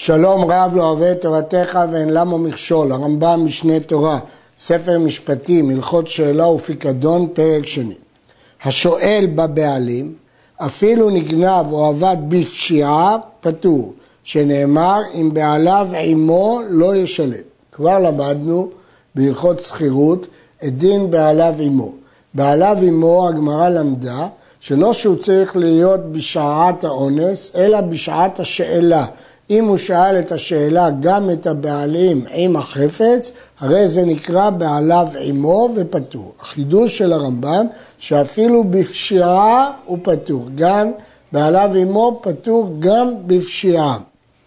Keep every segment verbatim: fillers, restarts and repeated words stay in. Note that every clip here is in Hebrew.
שלום רב לא אוהב את תורתך ואין למה מכשול. הרמב"ם משנה תורה, ספר משפטים, הלכות שאלה ופיקדון, פרק שני. השואל בבעלים, אפילו נגנב או עבד בפשיעה, פטור, שנאמר אם בעליו עמו לא ישלם. כבר למדנו בהלכות שכירות את דין בעליו עמו. בעליו עמו הגמרא למדה שלא שהוא צריך להיות בשעת האונס, אלא בשעת השאלה. אם הוא שאל את השאלה גם את הבעלים עם החפץ, הרי זה נקרא בעליו עמו ופטור. החידוש של הרמב"ם שאפילו בפשיעה הוא פטור, גם בעליו עמו פטור גם בפשיעה.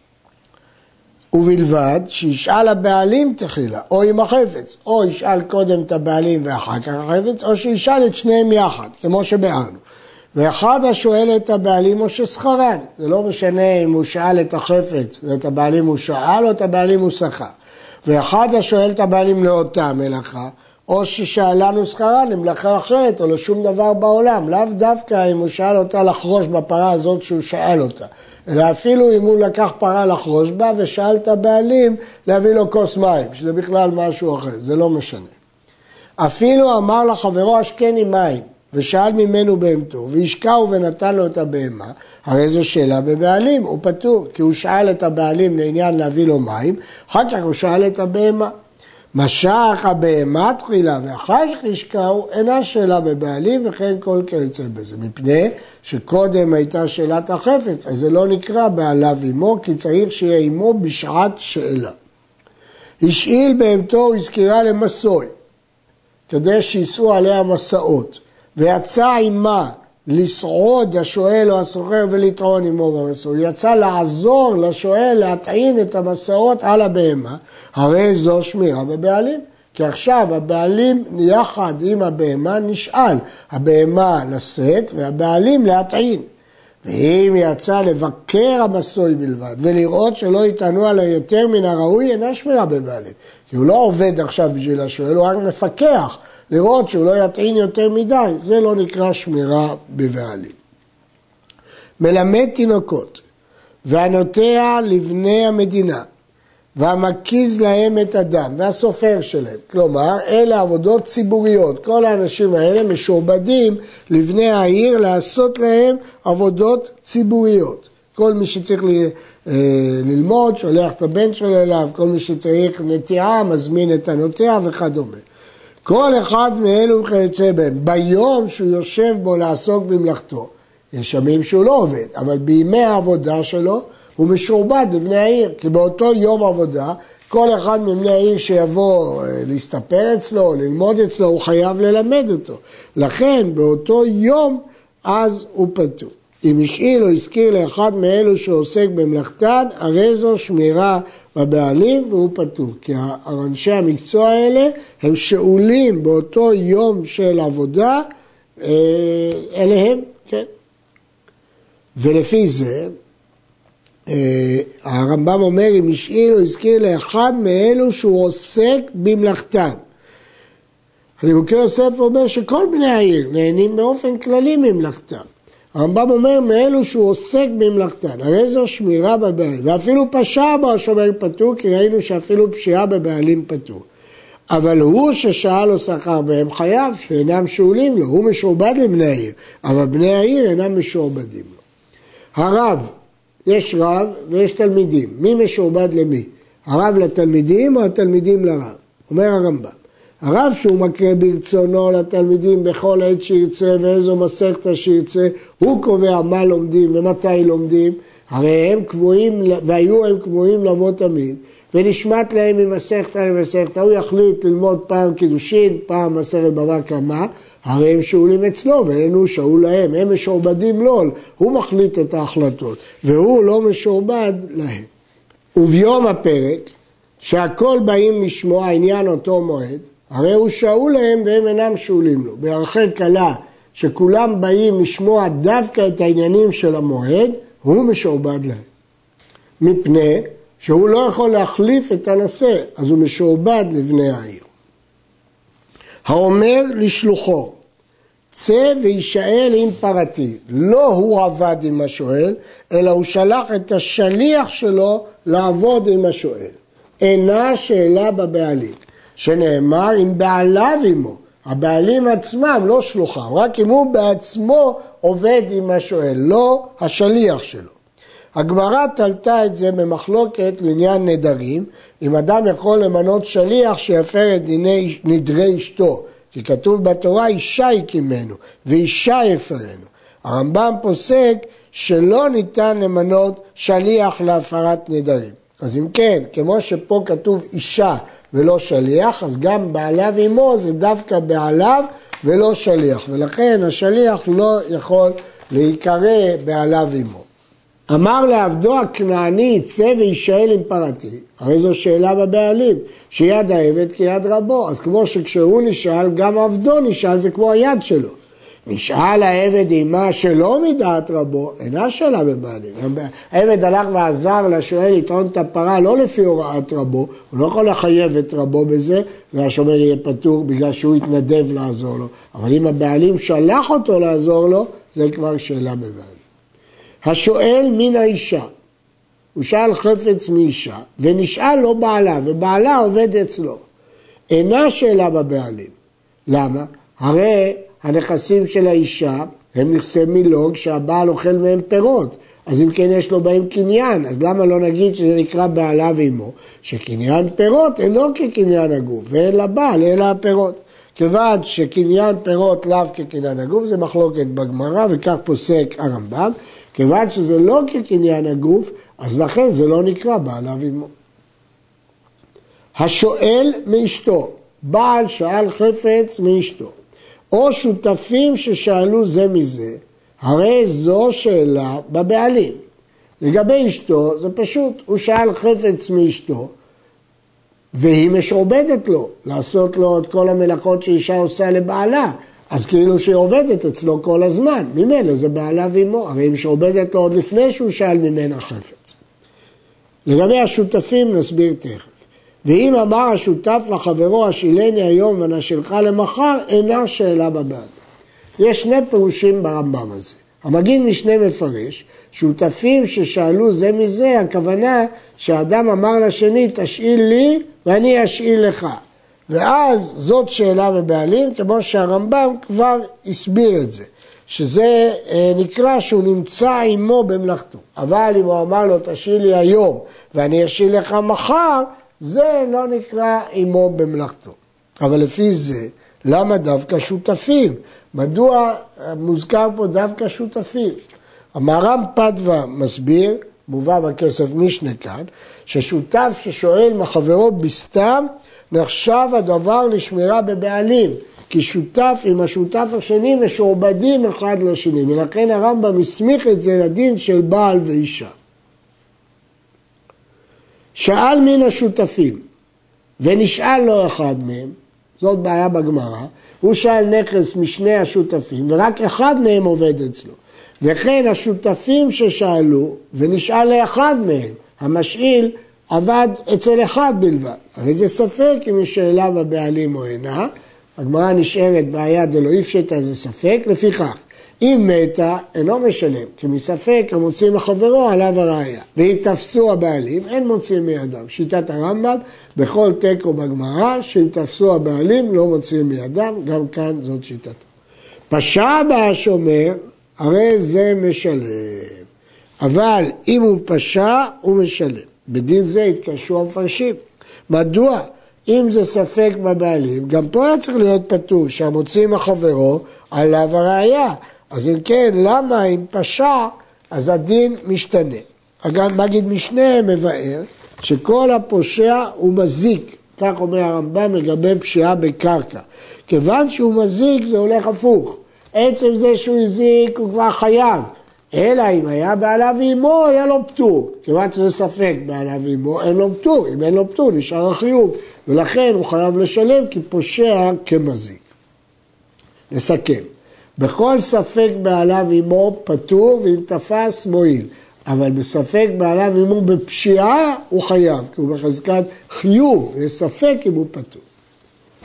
ובלבד שישאל הבעלים תחילה, או עם החפץ, או ישאל קודם את הבעלים ואחר כך החפץ, או שישאל את שניהם יחד, כמו שבאנו. ואחד השואל את הבעלים או ששכרן, זה לא משנה אם הוא שאל את החפץ ואת הבעלים הוא שאל או את הבעלים הוא שכר. ואחד השואל את הבעלים לאותה מלאכה, או ששאלנו שכרן למלאכה אחרת או לשום דבר בעולם, לאו דווקא אם הוא שאל אותה לחרוש בפרה הזאת שהוא שאל אותה, אלא אפילו אם הוא לקח פרה לחרוש בה ושאל את הבעלים להביא לו כוס מים, שזה בכלל משהו אחר, זה לא משנה. אפילו אמר לחברו השקני מים, ושאל ממנו בהמתו, והשקעו ונתן לו את הבהמה, הרי זו שאלה בבעלים, הוא פטור, כי הוא שאל את הבעלים לעניין להביא לו מים, אחר כך הוא שאל את הבהמה. משך הבהמה תחילה, ואחר כך השקעו, אינה שאלה בבעלים, וכן כל כיוצא בזה, מפני שקודם הייתה שאלת החפץ, אז זה לא נקרא בעליו עמו, כי צריך שיהיה עמו בשעת שאלה. השאיל בהמתו, הזכירה למסוי, כדי שיסעו עליה מסעות. ויצא עמה לסעוד השואל או הסוחר ולטעון עמו במסעות. יצא לעזור לשואל להטעין את המסעות על הבהמה, הרי זו שמירה בבעלים. כי עכשיו הבעלים יחד עם הבהמה נשאל, הבהמה לשאת והבעלים להטעין. ואם יצא לבקר המסוי בלבד ולראות שלא יטענו עליה יותר מן הראוי, אינה שמירה בבעלים. כי הוא לא עובד עכשיו בשביל השואל, הוא רק מפקח. לראות שהוא לא יטעין יותר מדי, זה לא נקרא שמירה בבעלים. מלמד תינוקות, והנוטע לבני המדינה, והמקיז להם את הדם, והסופר שלהם. כלומר, אלה עבודות ציבוריות. כל האנשים האלה משועבדים לבני העיר לעשות להם עבודות ציבוריות. כל מי שצריך ל... ללמוד, שולח את הבן שלו אליו, כל מי שצריך נטיעה, מזמין את הנוטע וכדומה. כל אחד מאלו וכיוצא בהם, ביום שהוא יושב בו לעסוק במלאכתו, יש ימים שהוא לא עובד, אבל בימי העבודה שלו הוא משועבד לבני העיר, כי באותו יום עבודה, כל אחד מבני העיר שיבוא להסתפר אצלו, ללמוד אצלו, הוא חייב ללמד אותו. לכן באותו יום אז הוא פטור. אם השאיל או הזכיר לאחד מאלו שעוסק במלאכתן, הרי זו שמירה בבעלים והוא פטור. כי אנשי המקצוע האלה הם שאולים באותו יום של עבודה אליהם, כן. ולפי זה, הרמב"ם אומר, אם השאיל או הזכיר לאחד מאלו שהוא עוסק במלאכתן. אני מכיר יוסף אומר שכל בני העיר נהנים באופן כללי ממלאכתן. הרמב"ם אומר מאלו שהוא עוסק במלאכתן, הרי זו שמירה בבעלים, ואפילו פשע בו השומר פטור, כי ראינו שאפילו פשיעה בבעלים פטור. אבל הוא ששאל או שכר בהם חייב, שאינם שאולים לו, הוא משועבד לבני העיר, אבל בני העיר אינם משועבדים לו. הרב, יש רב ויש תלמידים, מי משועבד למי? הרב לתלמידים או התלמידים לרב? אומר הרמב"ם. הרב שהוא מקרא ברצונו לתלמידים בכל עת שירצה ואיזו מסכתא שירצה, הוא קובע מה לומדים ומתי לומדים, הרי הם קבועים, והיו הם קבועים לבוא תמיד, ונשמט להם ממסכתא למסכתא, הוא יחליט ללמוד פעם קידושין, פעם מסכת בבא קמא, הרי הם שאולים אצלו ואין הוא שאול להם, הם משועבדים לו, הוא מחליט את ההחלטות, והוא לא משועבד להם. וביום הפרק, שהכל באים לשמוע עניין אותו מועד, הרי הוא שאול להם והם אינם שאולים לו. בערכי קלה שכולם באים לשמוע דווקא את העניינים של המועד, הוא משועבד להם. מפני שהוא לא יכול להחליף את הנושא, אז הוא משועבד לבני העיר. האומר לשלוחו, צא וישאל עם פרתי. לא הוא עבד עם השואל, אלא הוא שלח את השליח שלו לעבוד עם השואל. אינה שאלה בבעלים, שנאמר אם בעליו עמו. הבעלים עצמם לא שלוחם, רק אם הוא בעצמו עובד עם השואל, לא השליח שלו. הגמרא תלתה את זה במחלוקת לעניין נדרים, אם אדם יכול למנות שליח שיפר את דיני נדרי אשתו, כי כתוב בתורה אישה יקימנו ואישה יפרנו. הרמב"ם פוסק שלא ניתן למנות שליח להפרת נדרים. אז אם כן, כמו שפה כתוב אישה ולא שליח, אז גם בעליו עמו זה דווקא בעליו ולא שליח, ולכן השליח לא יכול להיקרא בעליו עמו. אמר לעבדו הכנעני צא וישאל עם פרתי, הרי זו שאלה בבעלים, שיד העבד כיד רבו, אז כמו שכשהוא נשאל גם עבדו נשאל, זה כמו היד שלו. נשאל העבד עמה שלא מדעת רבו, אינה שאלה בבעלים. העבד הלך ועזר לשואל לטעון את הפרה לא לפי הוראת רבו, הוא לא יכול לחייב את רבו בזה, והשומר יהיה פטור בגלל שהוא יתנדב לעזור לו. אבל אם הבעלים שלח אותו לעזור לו, זה כבר שאלה בבעלים. השואל מן האישה, הוא שאל חפץ מאישה, ונשאל לו בעלה, ובעלה עובד אצלו. אינה שאלה בבעלים. למה? הרי הנכסים של האישה הם נכסי מילוג שהבעל אוכל מהם פירות, אז אם כן יש לו בהם קניין, אז למה לא נגיד שזה נקרא בעלה ועמו, שקניין פירות אינו כקניין הגוף, ואין לבעל אלא הפירות. כיוון שקניין פירות לאו כקניין הגוף, זה מחלוקת בגמרא, וכך פוסק הרמב"ם, כיוון שזה לא כקניין הגוף, אז לכן זה לא נקרא בעלה ועמו. השואל מאשתו, בעל שאל חפץ מאשתו, או שותפים ששאלו זה מזה, הרי זו שאלה בבעלים. לגבי אשתו זה פשוט, הוא שאל חפץ מאשתו, והיא משעובדת לו, לעשות לו את כל המלאכות שאישה עושה לבעלה, אז כאילו שהיא עובדת אצלו כל הזמן, ממילא זה בעלה ואמו, הרי היא משעובדת לו עוד לפני שהוא שאל ממנה חפץ. לגבי השותפים נסביר תכף. ואם אמר השותף לחברו השאילני היום ונשאלך למחר, אינה שאלה בבעל. יש שני פירושים ברמב"ם הזה. המגיד משנה מפרש, שותפים ששאלו זה מזה, הכוונה שהאדם אמר לשני, תשאיל לי ואני אשאיל לך. ואז זאת שאלה בבעלים, כמו שהרמב"ם כבר הסביר את זה, שזה נקרא שהוא נמצא עמו במלאכתו. אבל אם הוא אמר לו, תשאיל לי היום ואני אשאיל לך מחר, זה לא נקרא עמו במלאכתו. אבל לפי זה, למה דווקא שותפים? מדוע מוזכר פה דווקא שותפים? המהר"ם פדווה מסביר, מובא בכסף משנה כאן, ששותף ששואל מחברו בסתם, נחשב הדבר לשמירה בבעלים, כי שותף עם השותף השני משועבדים אחד לשני, ולכן הרמב"ם הסמיך את זה לדין של בעל ואישה. שאל מן השותפים, ונשאל לו אחד מהם, זאת בעיה בגמרא, הוא שאל נכס משני השותפים, ורק אחד מהם עובד אצלו. וכן השותפים ששאלו, ונשאל לאחד מהם, המשאיל עבד אצל אחד בלבד. הרי זה ספק אם יש שאלה בבעלים או אינה, הגמרא נשארת בעיה דלא יפשטה, זה ספק, לפיכך. אם מתה, אינו משלם, כי מספק המוצאים מחברו עליו הראיה. ואם תפסו הבעלים, אין מוצאים מידם. שיטת הרמב"ם, בכל תיקו בגמרא, שאם תפסו הבעלים, לא מוצאים מידם, גם כאן זאת שיטתו. פשע בה השומר, הרי זה משלם. אבל אם הוא פשע, הוא משלם. בדין זה התקשו המפרשים. מדוע? אם זה ספק בבעלים, גם פה היה צריך להיות פטור, שהמוצאים מחברו עליו הראיה. אז אם כן, למה אם פשע, אז הדין משתנה. אגב, מגיד משנה מבאר שכל הפושע הוא מזיק, כך אומר הרמב"ם לגבי פשיעה בקרקע. כיוון שהוא מזיק זה הולך הפוך. עצם זה שהוא הזיק הוא כבר חייב. אלא אם היה בעליו ואימו, היה לו פטור. כיוון שזה ספק בעליו ואימו, אין לו פטור. אם אין לו פטור, נשאר החיוב. ולכן הוא חייב לשלם כי פושע כמזיק. נסכם. בכל ספק בעליו ואימו פטור, ואם תפס מועיל. אבל בספק בעליו ואימו בפשיעה הוא חייב, כי הוא בחזקת חיוב, יש ספק אם הוא פטור.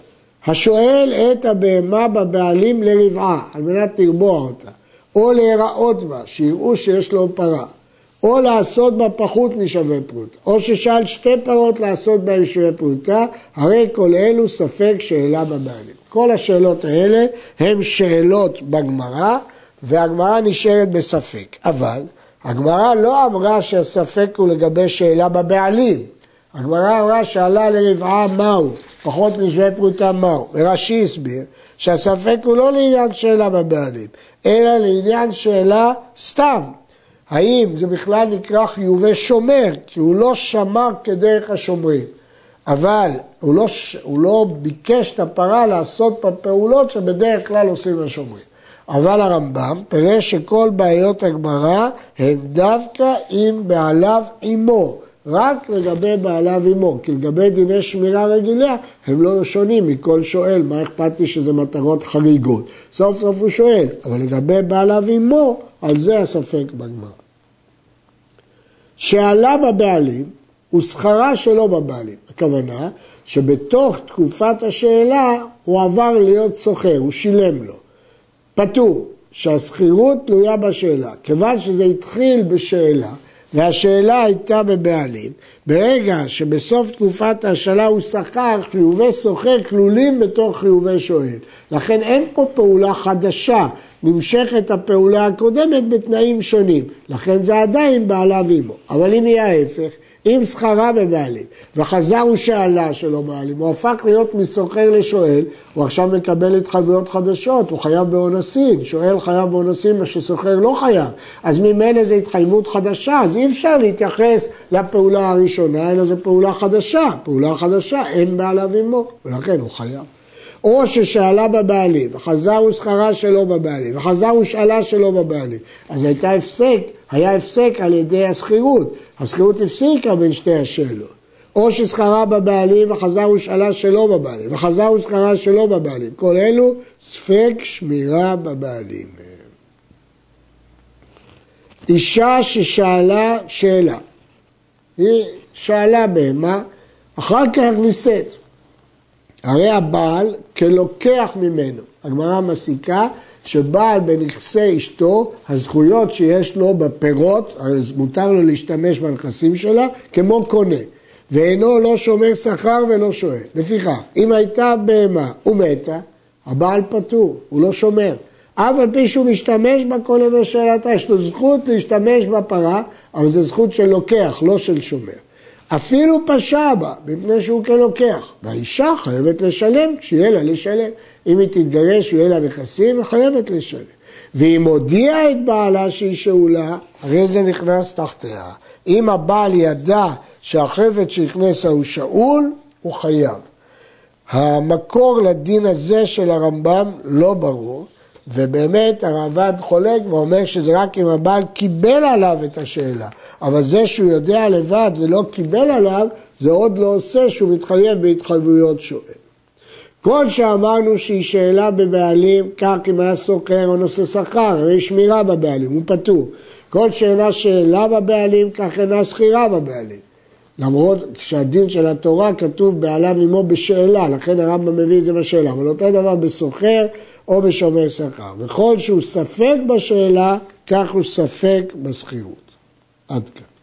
השואל את הבהמה בבעלים לרבעה, על מנת לרבוע אותה, או להיראות בה, שיראו שיש לו פרה, או לעשות בה פחות משווה פרוטה, או ששאל שתי פרות לעשות בה שווה פרוטה, הרי כל אלו ספק שאלה בבעלים. כל השאלות האלה הן שאלות בגמרא, והגמרא נשארת בספק. אבל הגמרא לא אמרה שהספק הוא לגבי שאלה בבעלים. הגמרא אמרה שעלה לרבעה מהו, פחות משווה פרוטה מהו. ורש"י הסביר שהספק הוא לא לעניין שאלה בבעלים, אלא לעניין שאלה סתם. האם זה בכלל נקרא חיובי שומר, כי הוא לא שמר כדרך השומרים. אבל הוא לא, הוא לא ביקש את הפרה לעשות פעולות שבדרך כלל עושים השומרים. אבל הרמב"ם פירש שכל בעיות הגמרא הן דווקא עם בעליו עמו, רק לגבי בעליו עמו, כי לגבי דיני שמירה רגילה הם לא שונים מכל שואל, מה אכפת לי שזה מטרות חריגות. סוף סוף הוא שואל, אבל לגבי בעליו עמו, על זה הספק בגמרא. שעלה בבעלים הוא שכרה שלו בבעלים. הכוונה שבתוך תקופת השאלה הוא עבר להיות סוחר, הוא שילם לו. פטור שהשכירות תלויה בשאלה. כיוון שזה התחיל בשאלה והשאלה הייתה בבעלים, ברגע שבסוף תקופת השאלה הוא שכר, חיובי סוחר כלולים בתוך חיובי שואל. לכן אין פה פעולה חדשה, נמשכת הפעולה הקודמת בתנאים שונים. לכן זה עדיין בעליו עמו. אבל אם יהיה ההפך, אם שכרה בבעלים וחזר הוא שאלה שלו בעלים, הוא הפך להיות מסוחר לשואל, הוא עכשיו מקבל התחייבויות חדשות, הוא חייב באונסין, שואל חייב באונסין, מה שסוחר לא חייב. אז ממילא זה התחייבות חדשה, אז אי אפשר להתייחס לפעולה הראשונה, אלא זו פעולה חדשה. פעולה חדשה אין בעליו עמו, ולכן הוא חייב. או ששאלה בבעלים, וחזר הוא שכרה שלו בבעלים, וחזר הוא שאלה שלו בבעלים. אז הייתה הפסק, היה הפסק על ידי השכירות. השכירות הפסיקה בין שתי השאלות. או ששכרה בבעלים, וחזר הוא שאלה שלו בבעלים, וחזר הוא שכרה שלו בבעלים. כל אלו ספק שמירה בבעלים. אישה ששאלה שאלה. היא שאלה בהמה, אחר כך ניסית. הרי הבעל כלוקח ממנו. הגמרא מסיקה שבעל בנכסי אשתו, הזכויות שיש לו בפירות, אז מותר לו להשתמש בנכסים שלה, כמו קונה. ואינו לא שומר שכר ולא שואל. לפיכך, אם הייתה בהמה ומתה, הבעל פטור, הוא לא שומר. אף על פי שהוא משתמש בה כל ימי שאלתה, יש לו זכות להשתמש בפרה, אבל זו זכות של לוקח, לא של שומר. אפילו פשע בה, מפני שהוא כלוקח. והאישה חייבת לשלם כשיהיה לה לשלם. אם היא תתגרש ויהיה לה נכסים, היא חייבת לשלם. ואם הודיעה את בעלה שהיא שאולה, הרי זה נכנס תחתיה. אם הבעל ידע שהחפץ שהכנסה הוא שאול, הוא חייב. המקור לדין הזה של הרמב"ם לא ברור, ובאמת הרעב"ד חולק ואומר שזה רק אם הבעל קיבל עליו את השאלה, אבל זה שהוא יודע לבד ולא קיבל עליו, זה עוד לא עושה שהוא מתחייב בהתחייבויות שואל. כל שאמרנו שהיא שאלה בבעלים, כך אם היה סוחר או נושא שכר, הרי שמירה בבעלים, הוא פטור. כל שאלה שאלה בבעלים, כך אינה שכירה בבעלים. למרות שהדין של התורה כתוב בעליו עמו בשאלה, לכן הרמב"ם מביא את זה בשאלה, אבל אותו דבר בסוחר או בשומר שכר. וכל שהוא ספק בשאלה, כך הוא ספק בשכירות. עד כאן.